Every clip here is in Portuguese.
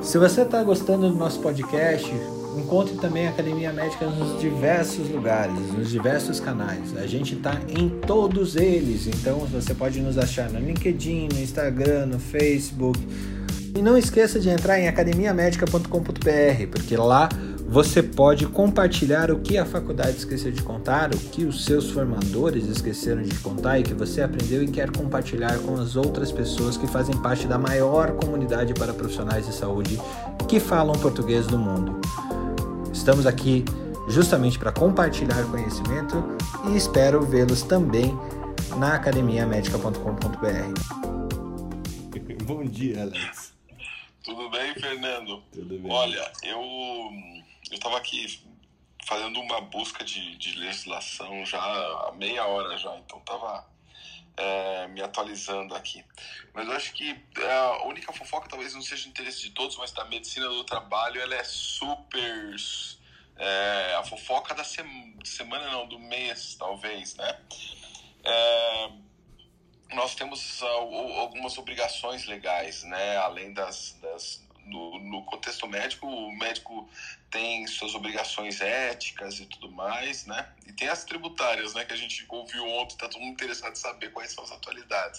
Se você está gostando do nosso podcast, encontre também a Academia Médica nos diversos lugares, nos diversos canais. A gente está em todos eles, então você pode nos achar no LinkedIn, no Instagram, no Facebook. E não esqueça de entrar em academiamedica.com.br, porque lá você pode compartilhar o que a faculdade esqueceu de contar, o que os seus formadores esqueceram de contar e que você aprendeu e quer compartilhar com as outras pessoas que fazem parte da maior comunidade para profissionais de saúde que falam português do mundo. Estamos aqui justamente para compartilhar conhecimento e espero vê-los também na academiamedica.com.br. Bom dia, Alex. Tudo bem, Fernando? Tudo bem. Olha, eu estava aqui fazendo uma busca de legislação já há meia hora já, então estava me atualizando aqui. Mas eu acho que a única fofoca talvez não seja de interesse de todos, mas da medicina do trabalho ela é super... a fofoca da semana não, do mês talvez, né? Nós temos algumas obrigações legais, né? Além no contexto médico, o médico tem suas obrigações éticas e tudo mais, né? E tem as tributárias, né? Que a gente ouviu ontem, tá todo mundo interessado em saber quais são as atualidades.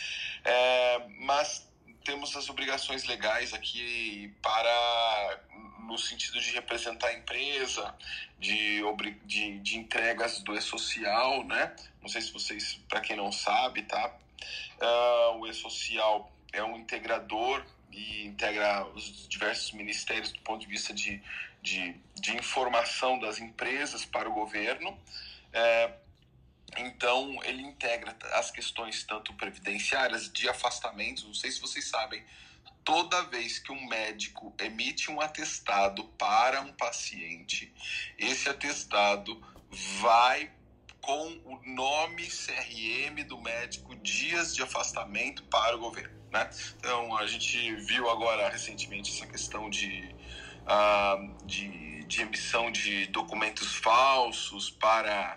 Mas temos as obrigações legais aqui no sentido de representar a empresa, de entregas do e-social, né? Não sei se vocês, para quem não sabe, tá? O e-social é um integrador e integra os diversos ministérios do ponto de vista de informação das empresas para o governo. Então, ele integra as questões tanto previdenciárias, de afastamentos. Não sei se vocês sabem, toda vez que um médico emite um atestado para um paciente, esse atestado vai com o nome CRM do médico, dias de afastamento para o governo, né? Então, a gente viu agora recentemente essa questão de emissão de documentos falsos para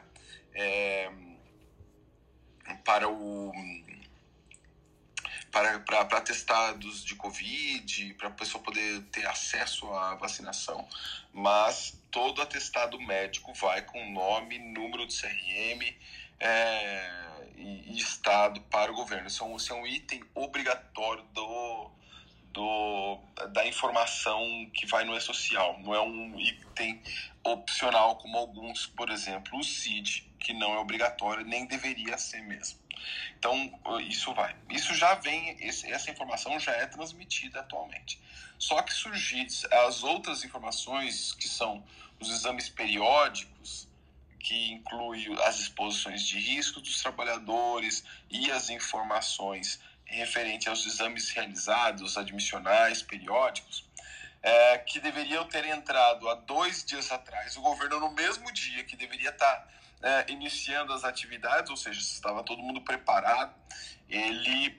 atestados de Covid, para a pessoa poder ter acesso à vacinação. Mas todo atestado médico vai com nome, número de CRM e estado para o governo. Isso é um item obrigatório da informação que vai no e-social. Não é um item opcional como alguns, por exemplo, o CID, que não é obrigatório, nem deveria ser mesmo. Então, isso vai. Isso já vem, essa informação já é transmitida atualmente. Só que surgem as outras informações, que são os exames periódicos, que inclui as exposições de risco dos trabalhadores e as informações referentes aos exames realizados, admissionais, periódicos, que deveriam ter entrado há 2 dias atrás. O governo, no mesmo dia que deveria estar iniciando as atividades, ou seja, estava todo mundo preparado, ele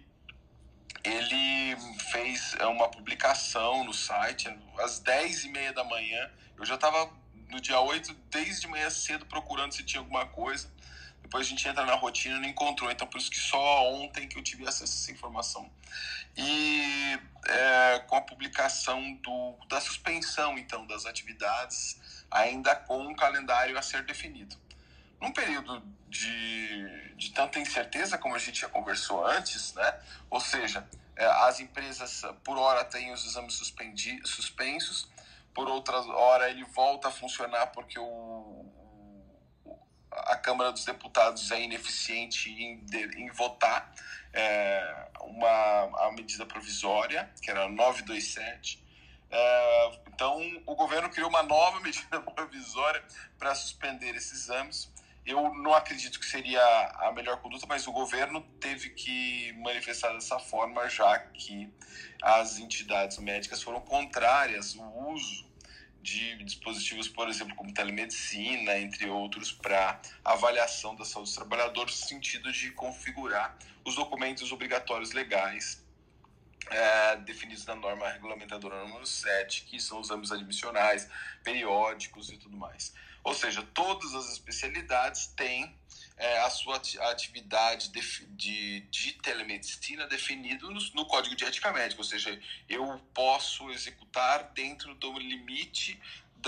fez uma publicação no site às 10h30 da manhã. Eu já estava no dia 8, desde manhã cedo, procurando se tinha alguma coisa. Depois a gente entra na rotina e não encontrou. Então, por isso que só ontem que eu tive acesso a essa informação. E com a publicação da suspensão, então, das atividades, ainda com um calendário a ser definido. Num período de tanta incerteza, como a gente já conversou antes, né? Ou seja, as empresas, por hora, têm os exames suspensos, por outra hora, ele volta a funcionar porque a Câmara dos Deputados é ineficiente em votar a medida provisória, que era 927. Então, o governo criou uma nova medida provisória para suspender esses exames. Eu não acredito que seria a melhor conduta, mas o governo teve que manifestar dessa forma, já que as entidades médicas foram contrárias ao uso de dispositivos, por exemplo, como telemedicina, entre outros, para avaliação da saúde dos trabalhadores, no sentido de configurar os documentos obrigatórios legais definidos na norma regulamentadora número 7, que são os exames admissionais, periódicos e tudo mais. Ou seja, todas as especialidades têm a sua atividade de telemedicina definido no Código de Ética Médica, ou seja, eu posso executar dentro do limite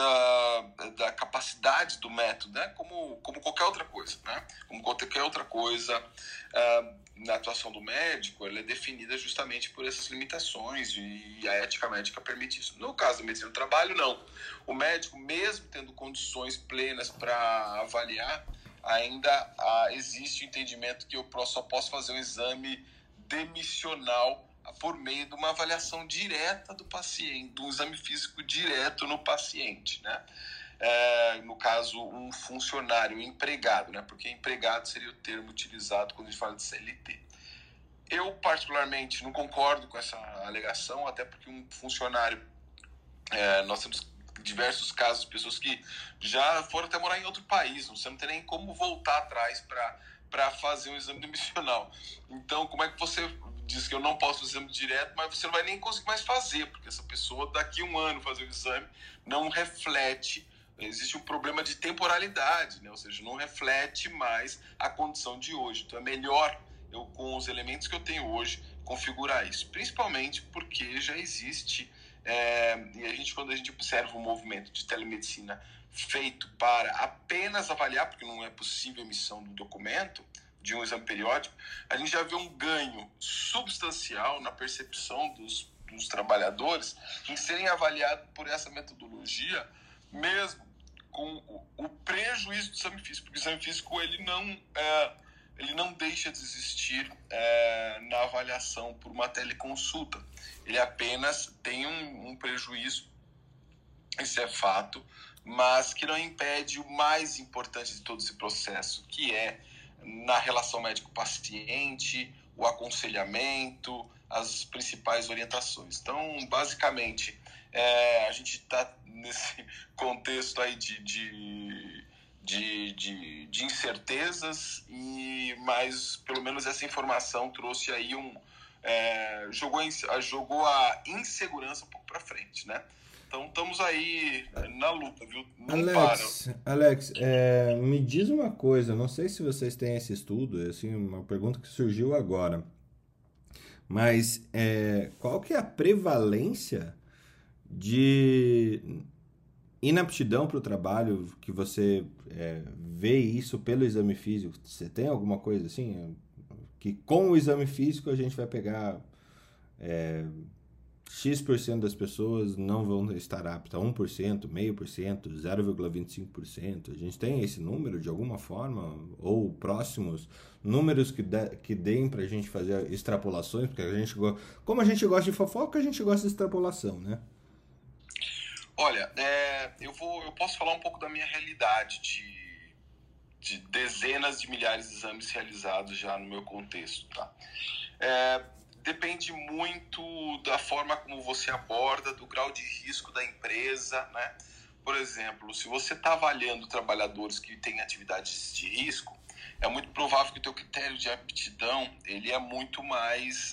da capacidade do método, né? Como qualquer outra coisa, né? Como qualquer outra coisa na atuação do médico, ela é definida justamente por essas limitações e a ética médica permite isso. No caso da medicina do trabalho, não. O médico, mesmo tendo condições plenas para avaliar, ainda existe o entendimento que eu só posso fazer um exame demissional por meio de uma avaliação direta do paciente, de um exame físico direto no paciente, né? No caso, um funcionário, um empregado, né? Porque empregado seria o termo utilizado quando a gente fala de CLT. Eu, particularmente, não concordo com essa alegação, até porque um funcionário, nós temos diversos casos de pessoas que já foram até morar em outro país, você não tem nem como voltar atrás para fazer um exame demissional. Então, como é que você diz que eu não posso fazer o exame direto, mas você não vai nem conseguir mais fazer, porque essa pessoa daqui a um ano fazer o exame não reflete, existe um problema de temporalidade, né? Ou seja, não reflete mais a condição de hoje. Então é melhor eu, com os elementos que eu tenho hoje, configurar isso, principalmente porque já existe, e quando a gente observa o movimento de telemedicina feito para apenas avaliar, porque não é possível a emissão do documento, de um exame periódico, a gente já vê um ganho substancial na percepção dos trabalhadores em serem avaliados por essa metodologia, mesmo com o prejuízo do exame físico, porque o exame físico ele não deixa de existir na avaliação por uma teleconsulta. Ele apenas tem um prejuízo, esse é fato, mas que não impede o mais importante de todo esse processo, que é na relação médico-paciente, o aconselhamento, as principais orientações. Então, basicamente, a gente está nesse contexto aí de incertezas, mas pelo menos essa informação trouxe aí jogou a insegurança um pouco para frente, né? Então estamos aí na luta, viu? Não Alex, me diz uma coisa, não sei se vocês têm esse estudo, é assim, uma pergunta que surgiu agora, mas qual que é a prevalência de inaptidão para o trabalho que você vê isso pelo exame físico? Você tem alguma coisa assim? Que com o exame físico a gente vai pegar X% das pessoas não vão estar aptas, 1%, 0,5%, 0,25%. A gente tem esse número de alguma forma? Ou próximos números que deem para a gente fazer extrapolações? Porque como a gente gosta de fofoca, a gente gosta de extrapolação, né? Olha, eu posso falar um pouco da minha realidade de dezenas de milhares de exames realizados já no meu contexto, tá? Depende muito da forma como você aborda, do grau de risco da empresa, né? Por exemplo, se você está avaliando trabalhadores que têm atividades de risco, é muito provável que o teu critério de aptidão ele é muito mais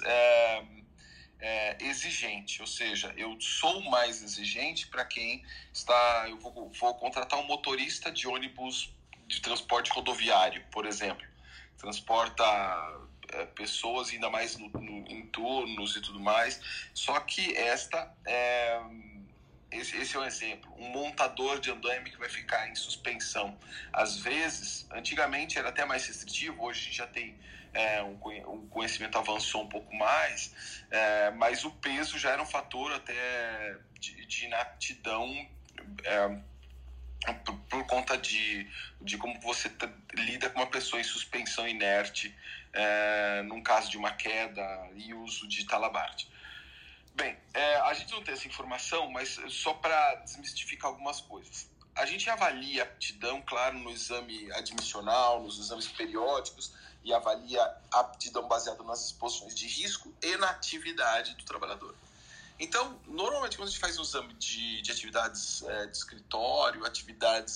exigente, ou seja, eu sou mais exigente para quem está, eu vou contratar um motorista de ônibus de transporte rodoviário, por exemplo, transporta pessoas ainda mais em turnos e tudo mais, só que esse é um exemplo, um montador de andaime que vai ficar em suspensão. Às vezes, antigamente era até mais restritivo, hoje a gente já tem o conhecimento avançou um pouco mais, mas o peso já era um fator até de inaptidão por conta de como você lida com uma pessoa em suspensão inerte, num caso de uma queda e uso de talabarte. Bem, a gente não tem essa informação, mas só para desmistificar algumas coisas. A gente avalia a aptidão, claro, no exame admissional, nos exames periódicos, e avalia a aptidão baseada nas exposições de risco e na atividade do trabalhador. Então, normalmente, quando a gente faz um exame de atividades de escritório, atividades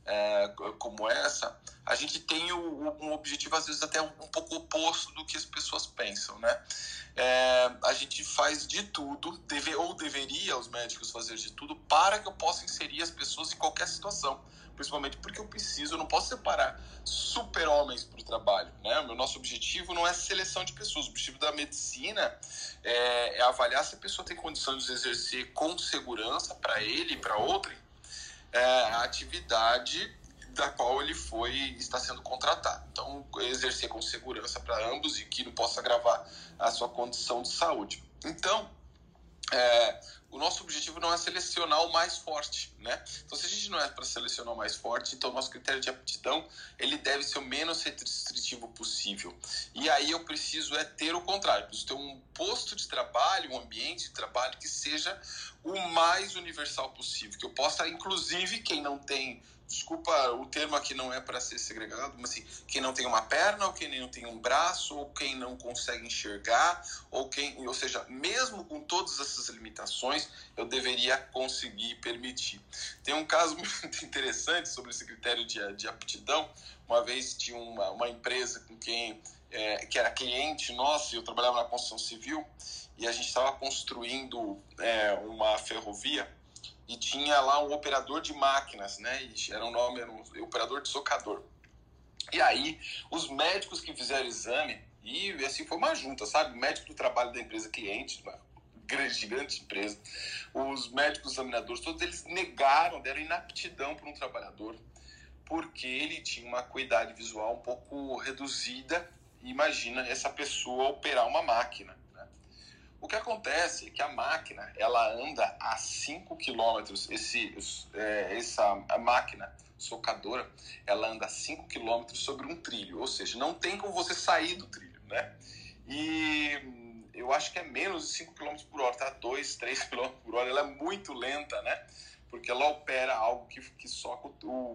como essa, a gente tem um objetivo, às vezes, até um pouco oposto do que as pessoas pensam, né? A gente faz de tudo, deveria os médicos fazer de tudo para que eu possa inserir as pessoas em qualquer situação, principalmente porque eu não posso separar super-homens para o trabalho, né? O nosso objetivo não é seleção de pessoas, o objetivo da medicina é avaliar se a pessoa tem condições de exercer com segurança para ele e para outrem a atividade da qual ele está sendo contratado. Então, exercer com segurança para ambos e que não possa agravar a sua condição de saúde. Então, o nosso objetivo não é selecionar o mais forte, né? Então, se a gente não é para selecionar o mais forte, então o nosso critério de aptidão ele deve ser o menos restritivo possível. E aí eu preciso ter o contrário, eu preciso ter um posto de trabalho, um ambiente de trabalho que seja o mais universal possível, que eu possa, inclusive, quem não tem, desculpa, o termo aqui não é para ser segregado, mas assim, quem não tem uma perna, ou quem não tem um braço, ou quem não consegue enxergar, ou seja, mesmo com todas essas limitações, eu deveria conseguir permitir. Tem um caso muito interessante sobre esse critério de aptidão. Uma vez tinha uma empresa com quem que era cliente nosso, e eu trabalhava na construção civil, e a gente estava construindo uma ferrovia, e tinha lá um operador de máquinas, né? E era um operador de socador. E aí, os médicos que fizeram o exame, e assim foi uma junta, sabe? O médico do trabalho da empresa cliente, uma gigante empresa, os médicos examinadores, todos eles deram inaptidão para um trabalhador, porque ele tinha uma acuidade visual um pouco reduzida. Essa pessoa operar uma máquina. O que acontece é que a máquina ela anda a 5 km, a máquina socadora ela anda a 5 km sobre um trilho, ou seja, não tem como você sair do trilho, né? E eu acho que é menos de 5 km por hora, tá? 2, 3 km por hora, ela é muito lenta, né? Porque ela opera algo que soca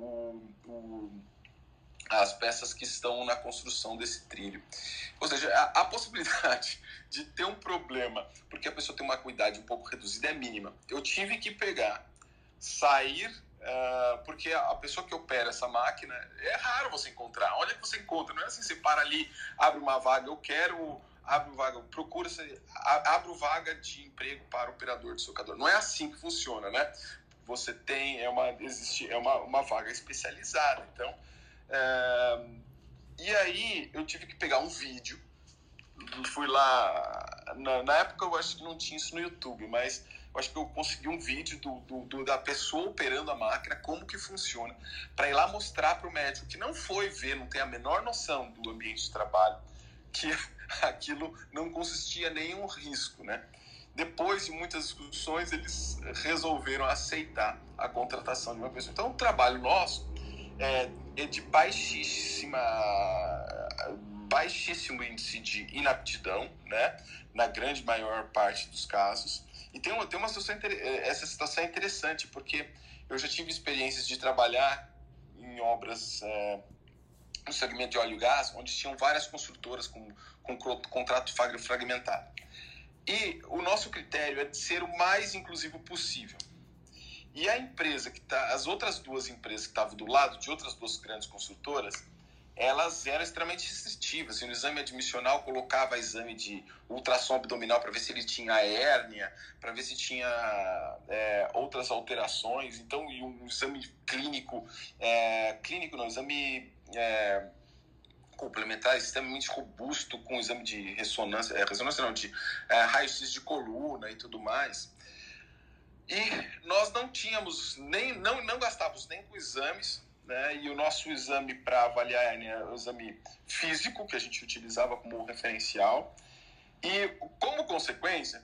as peças que estão na construção desse trilho. Ou seja, a possibilidade de ter um problema porque a pessoa tem uma acuidade um pouco reduzida é mínima. Eu tive que sair, porque a pessoa que opera essa máquina, é raro você encontrar. Onde é que você encontra? Não é assim, você para ali, abre uma vaga, abre vaga, abre vaga de emprego para operador de socador. Não é assim que funciona, né? Você tem, existe uma vaga especializada. Então, e aí eu tive que pegar um vídeo, fui lá, na época eu acho que não tinha isso no YouTube, mas eu acho que eu consegui um vídeo da pessoa operando a máquina, como que funciona, para ir lá mostrar para o médico que não foi ver, não tem a menor noção do ambiente de trabalho, que aquilo não consistia em nenhum risco, né? Depois de muitas discussões, eles resolveram aceitar a contratação de uma pessoa. Então, o trabalho nosso é de baixíssimo índice de inaptidão, né? Na grande maior parte dos casos. E tem uma situação essa situação é interessante, porque eu já tive experiências de trabalhar em obras no segmento de óleo e gás, onde tinham várias construtoras com contrato fragmentado. E o nosso critério é de ser o mais inclusivo possível. E a empresa as outras duas empresas que estavam do lado de outras duas grandes construtoras, elas eram extremamente restritivas. Assim, no exame admissional colocava exame de ultrassom abdominal para ver se ele tinha hérnia, para ver se tinha outras alterações. Então, e um exame clínico, exame complementar extremamente robusto, com exame de de raio-x de coluna e tudo mais. E nós não tínhamos, não gastávamos nem com exames, né? E o nosso exame para avaliar a hérnia é o exame físico, que a gente utilizava como referencial. E, como consequência,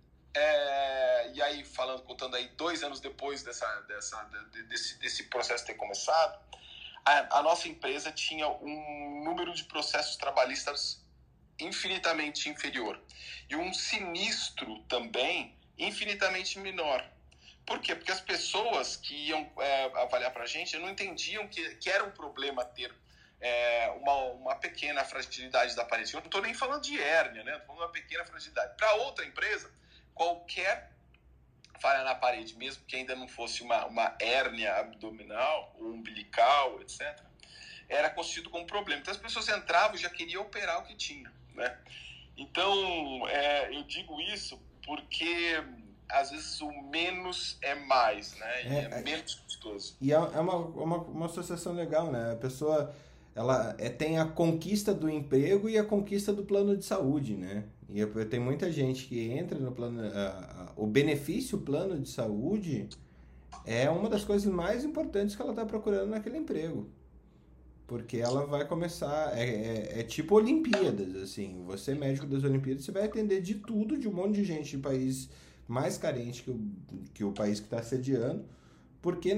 e aí contando aí 2 anos depois desse processo ter começado, a nossa empresa tinha um número de processos trabalhistas infinitamente inferior. E um sinistro também infinitamente menor. Por quê? Porque as pessoas que iam avaliar para a gente não entendiam que era um problema ter uma pequena fragilidade da parede. Eu não estou nem falando de hérnia, né? Estou falando de uma pequena fragilidade. Para outra empresa, qualquer falha na parede, mesmo que ainda não fosse uma hérnia abdominal ou umbilical, etc., era constituído como problema. Então as pessoas entravam e já queriam operar o que tinha, né? Então, eu digo isso porque às vezes o menos é mais, né? E é menos custoso. E é uma associação legal, né? A pessoa ela tem a conquista do emprego e a conquista do plano de saúde, né? E tem muita gente que entra no plano... o benefício plano de saúde é uma das coisas mais importantes que ela está procurando naquele emprego. Porque ela vai começar... É tipo Olimpíadas, assim. Você, médico das Olimpíadas, você vai atender de tudo, de um monte de gente de país mais carente que o país que está sediando, porque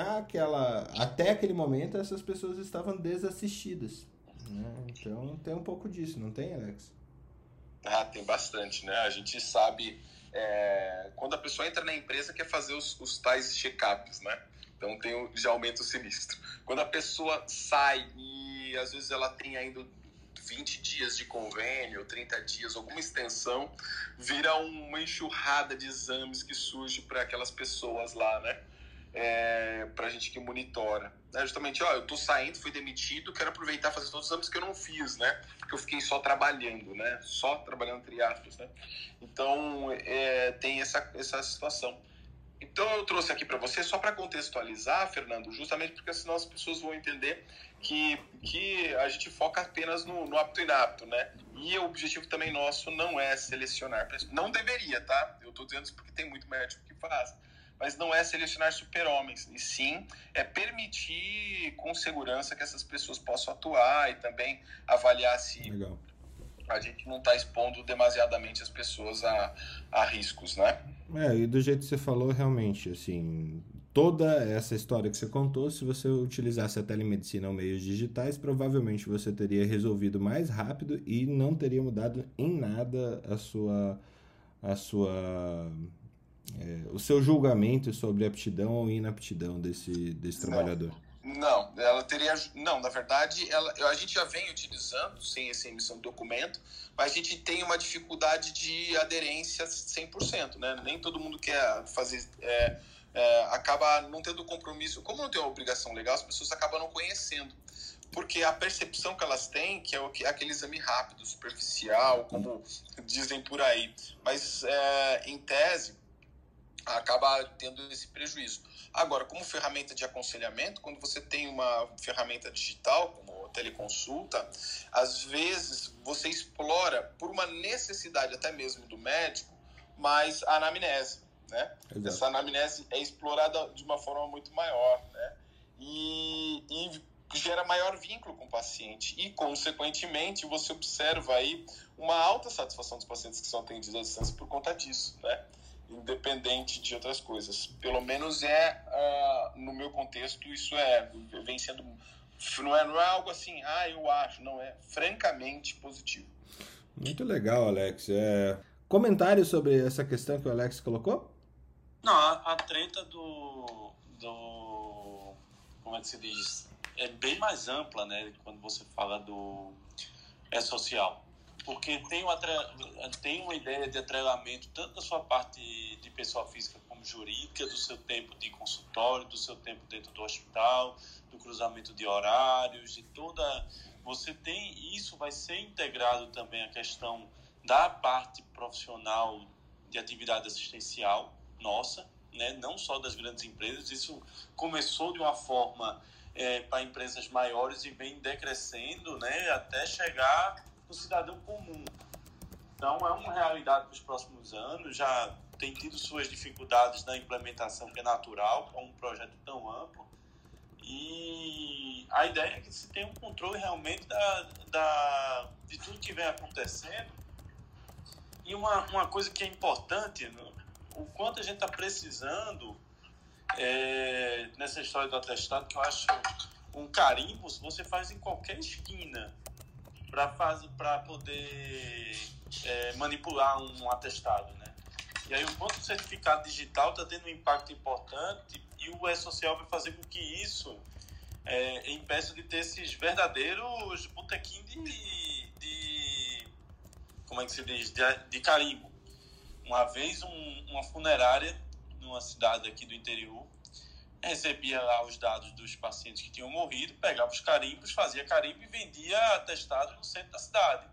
até aquele momento essas pessoas estavam desassistidas, né? Então tem um pouco disso, não tem, Alex? Tem bastante, né? A gente sabe, quando a pessoa entra na empresa, quer fazer os tais check-ups, né? Então já aumenta o sinistro. Quando a pessoa sai e às vezes ela tem ainda 20 dias de convênio, 30 dias, alguma extensão, vira uma enxurrada de exames que surge para aquelas pessoas lá, né? Pra gente que monitora. Justamente, eu tô saindo, fui demitido, quero aproveitar e fazer todos os exames que eu não fiz, né? Porque eu fiquei só trabalhando, né? Só trabalhando entre aspas, né? Então, tem essa situação. Então, eu trouxe aqui para você, só para contextualizar, Fernando, justamente porque senão as pessoas vão entender que a gente foca apenas no apto e inapto, né? E o objetivo também nosso não é selecionar. Não deveria, tá? Eu tô dizendo isso porque tem muito médico que faz. Mas não é selecionar super-homens, e sim permitir com segurança que essas pessoas possam atuar e também avaliar se Legal. A gente não está expondo demasiadamente as pessoas a riscos, né? E do jeito que você falou, realmente, assim, toda essa história que você contou, se você utilizasse a telemedicina ou meios digitais, provavelmente você teria resolvido mais rápido e não teria mudado em nada o seu julgamento sobre aptidão ou inaptidão desse trabalhador. Não, ela teria... Não, na verdade, a gente já vem utilizando sem essa emissão de documento, mas a gente tem uma dificuldade de aderência 100%, né? Nem todo mundo quer fazer... acaba não tendo compromisso. Como não tem uma obrigação legal, as pessoas acabam não conhecendo. Porque a percepção que elas têm, que é aquele exame rápido, superficial, como dizem por aí. Mas, em tese, acaba tendo esse prejuízo. Agora, como ferramenta de aconselhamento, quando você tem uma ferramenta digital, como teleconsulta, às vezes você explora, por uma necessidade até mesmo do médico, mais a anamnese, né? Exato. Essa anamnese é explorada de uma forma muito maior, né? E gera maior vínculo com o paciente e, consequentemente, você observa aí uma alta satisfação dos pacientes que são atendidos à distância por conta disso, né? Independente de outras coisas. Pelo menos no meu contexto, isso vem sendo... Não é algo assim, eu acho, não, é francamente positivo. Muito legal, Alex. Comentário sobre essa questão que o Alex colocou? Não, a treta como é que se diz? É bem mais ampla, né? Quando você fala social. Porque tem uma ideia de atrelamento tanto da sua parte de pessoa física como jurídica, do seu tempo de consultório, do seu tempo dentro do hospital, do cruzamento de horários, de toda... Você tem... Isso vai ser integrado também a questão da parte profissional de atividade assistencial nossa, né? Não só das grandes empresas. Isso começou de uma forma para empresas maiores e vem decrescendo, né? Até chegar no cidadão comum. Então, é uma realidade para os próximos anos. Já tem tido suas dificuldades na implementação, que é natural, para um projeto tão amplo. E a ideia é que se tenha um controle realmente de tudo que vem acontecendo. E uma coisa que é importante, o quanto a gente está precisando nessa história do atestado, que eu acho um carimbo, você faz em qualquer esquina para poder manipular um atestado, né? E aí o quanto o certificado digital está tendo um impacto importante e o E-Social vai fazer com que isso impeça de ter esses verdadeiros botequim de como é que se diz? De carimbo. Uma vez uma funerária numa cidade aqui do interior, recebia lá os dados dos pacientes que tinham morrido, pegava os carimbos, fazia carimbo e vendia atestados no centro da cidade.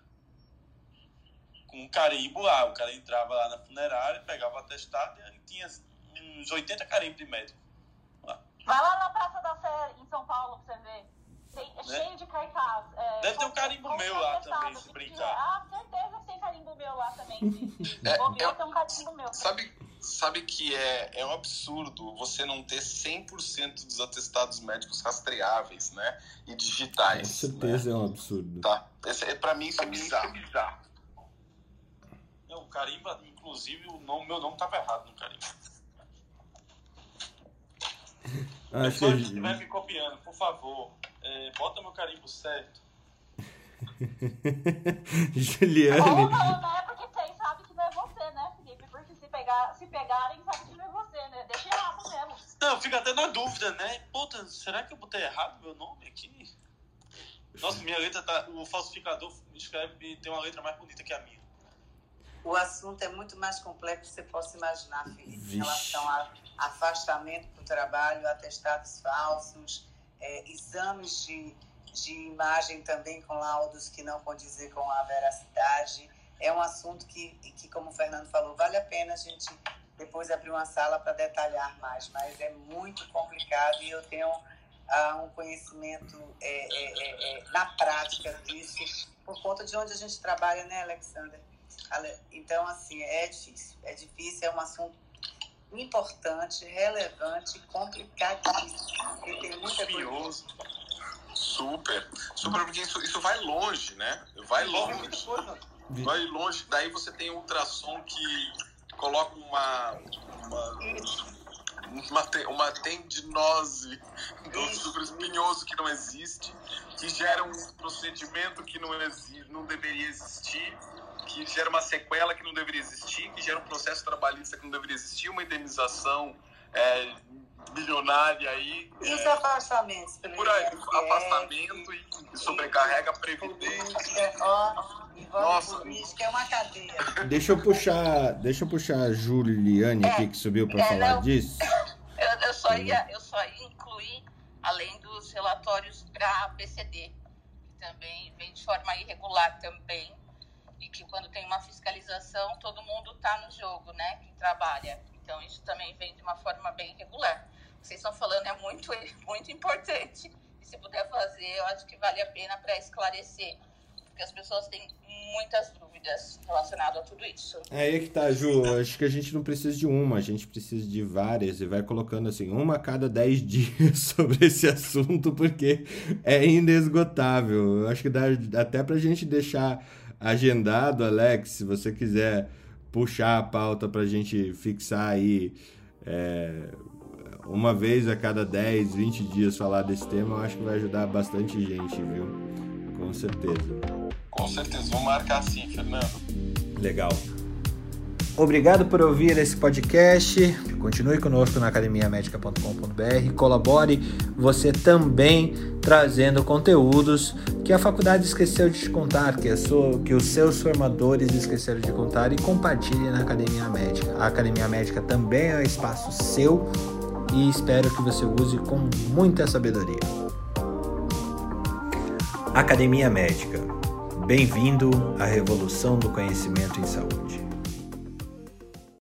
Com um carimbo lá, o cara entrava lá na funerária, pegava o atestado e tinha uns 80 carimbos de médico. Vai lá na Praça da Sé, em São Paulo, pra você ver. É cheio de cartaz. Deve ter um carimbo meu lá também, se brincar. Certeza que tem carimbo meu lá também. Tem um carimbo meu. Sabe que é um absurdo você não ter 100% dos atestados médicos rastreáveis, né? E digitais. Com certeza, né? É um absurdo. Tá. Pra mim isso é bizarro. O carimbo, inclusive, meu nome estava errado no carimbo. Pessoas que estiver me copiando, por favor, bota meu carimbo certo. Juliane. Ou não, né? Porque vocês sabem que não é você, né, Felipe? Porque se pegarem, sabem que não é você, né? Deixa errado mesmo. Não, fica até na dúvida, né? Puta, será que eu botei errado meu nome aqui? Nossa, minha letra tá... O falsificador escreve tem uma letra mais bonita que a minha. O assunto é muito mais complexo do que você possa imaginar, Felipe, em relação a afastamento do trabalho, atestados falsos, exames de imagem também com laudos que não condizem com a veracidade. É um assunto que, como o Fernando falou, vale a pena a gente depois abrir uma sala para detalhar mais, mas é muito complicado e eu tenho um conhecimento na prática disso, por conta de onde a gente trabalha, né, Alexander? Então, assim, é difícil, é um assunto importante, relevante, complicadíssimo, porque tem muita coisa. Super, porque isso vai longe, né? Vai longe. Daí você tem um ultrassom que coloca uma tendinose do supraespinhoso que não existe, que gera um procedimento que não deveria existir, que gera uma sequela que não deveria existir, que gera um processo trabalhista que não deveria existir, uma indenização bilionária aí. E os afastamentos? Por aí, afastamento e sobrecarrega a previdência. Nossa, isso que é uma cadeia. Deixa eu puxar a Juliane aqui, que subiu para falar disso. Eu só ia incluir, além dos relatórios para PCD, que também vem de forma irregular também, e que quando tem uma fiscalização, todo mundo está no jogo, né, quem trabalha. Então, isso também vem de uma forma bem irregular. O que vocês estão falando é muito, muito importante. E se puder fazer, eu acho que vale a pena para esclarecer. Porque as pessoas têm muitas dúvidas relacionadas a tudo isso. Aí que tá, Ju. Acho que a gente não precisa de uma, a gente precisa de várias. E vai colocando assim, uma a cada 10 dias sobre esse assunto, porque é inesgotável. Eu acho que dá até pra gente deixar agendado, Alex, se você quiser puxar a pauta pra gente fixar aí uma vez a cada 10, 20 dias falar desse tema, eu acho que vai ajudar bastante gente, viu? Com certeza. Com certeza, vamos marcar sim, Fernando. Legal. Obrigado por ouvir esse podcast. Continue conosco na academiamedica.com.br. Colabore você também trazendo conteúdos que a faculdade esqueceu de te contar, que os seus formadores esqueceram de contar, e compartilhe na Academia Médica. A Academia Médica também é um espaço seu e espero que você use com muita sabedoria. Academia Médica. Bem-vindo à revolução do conhecimento em saúde.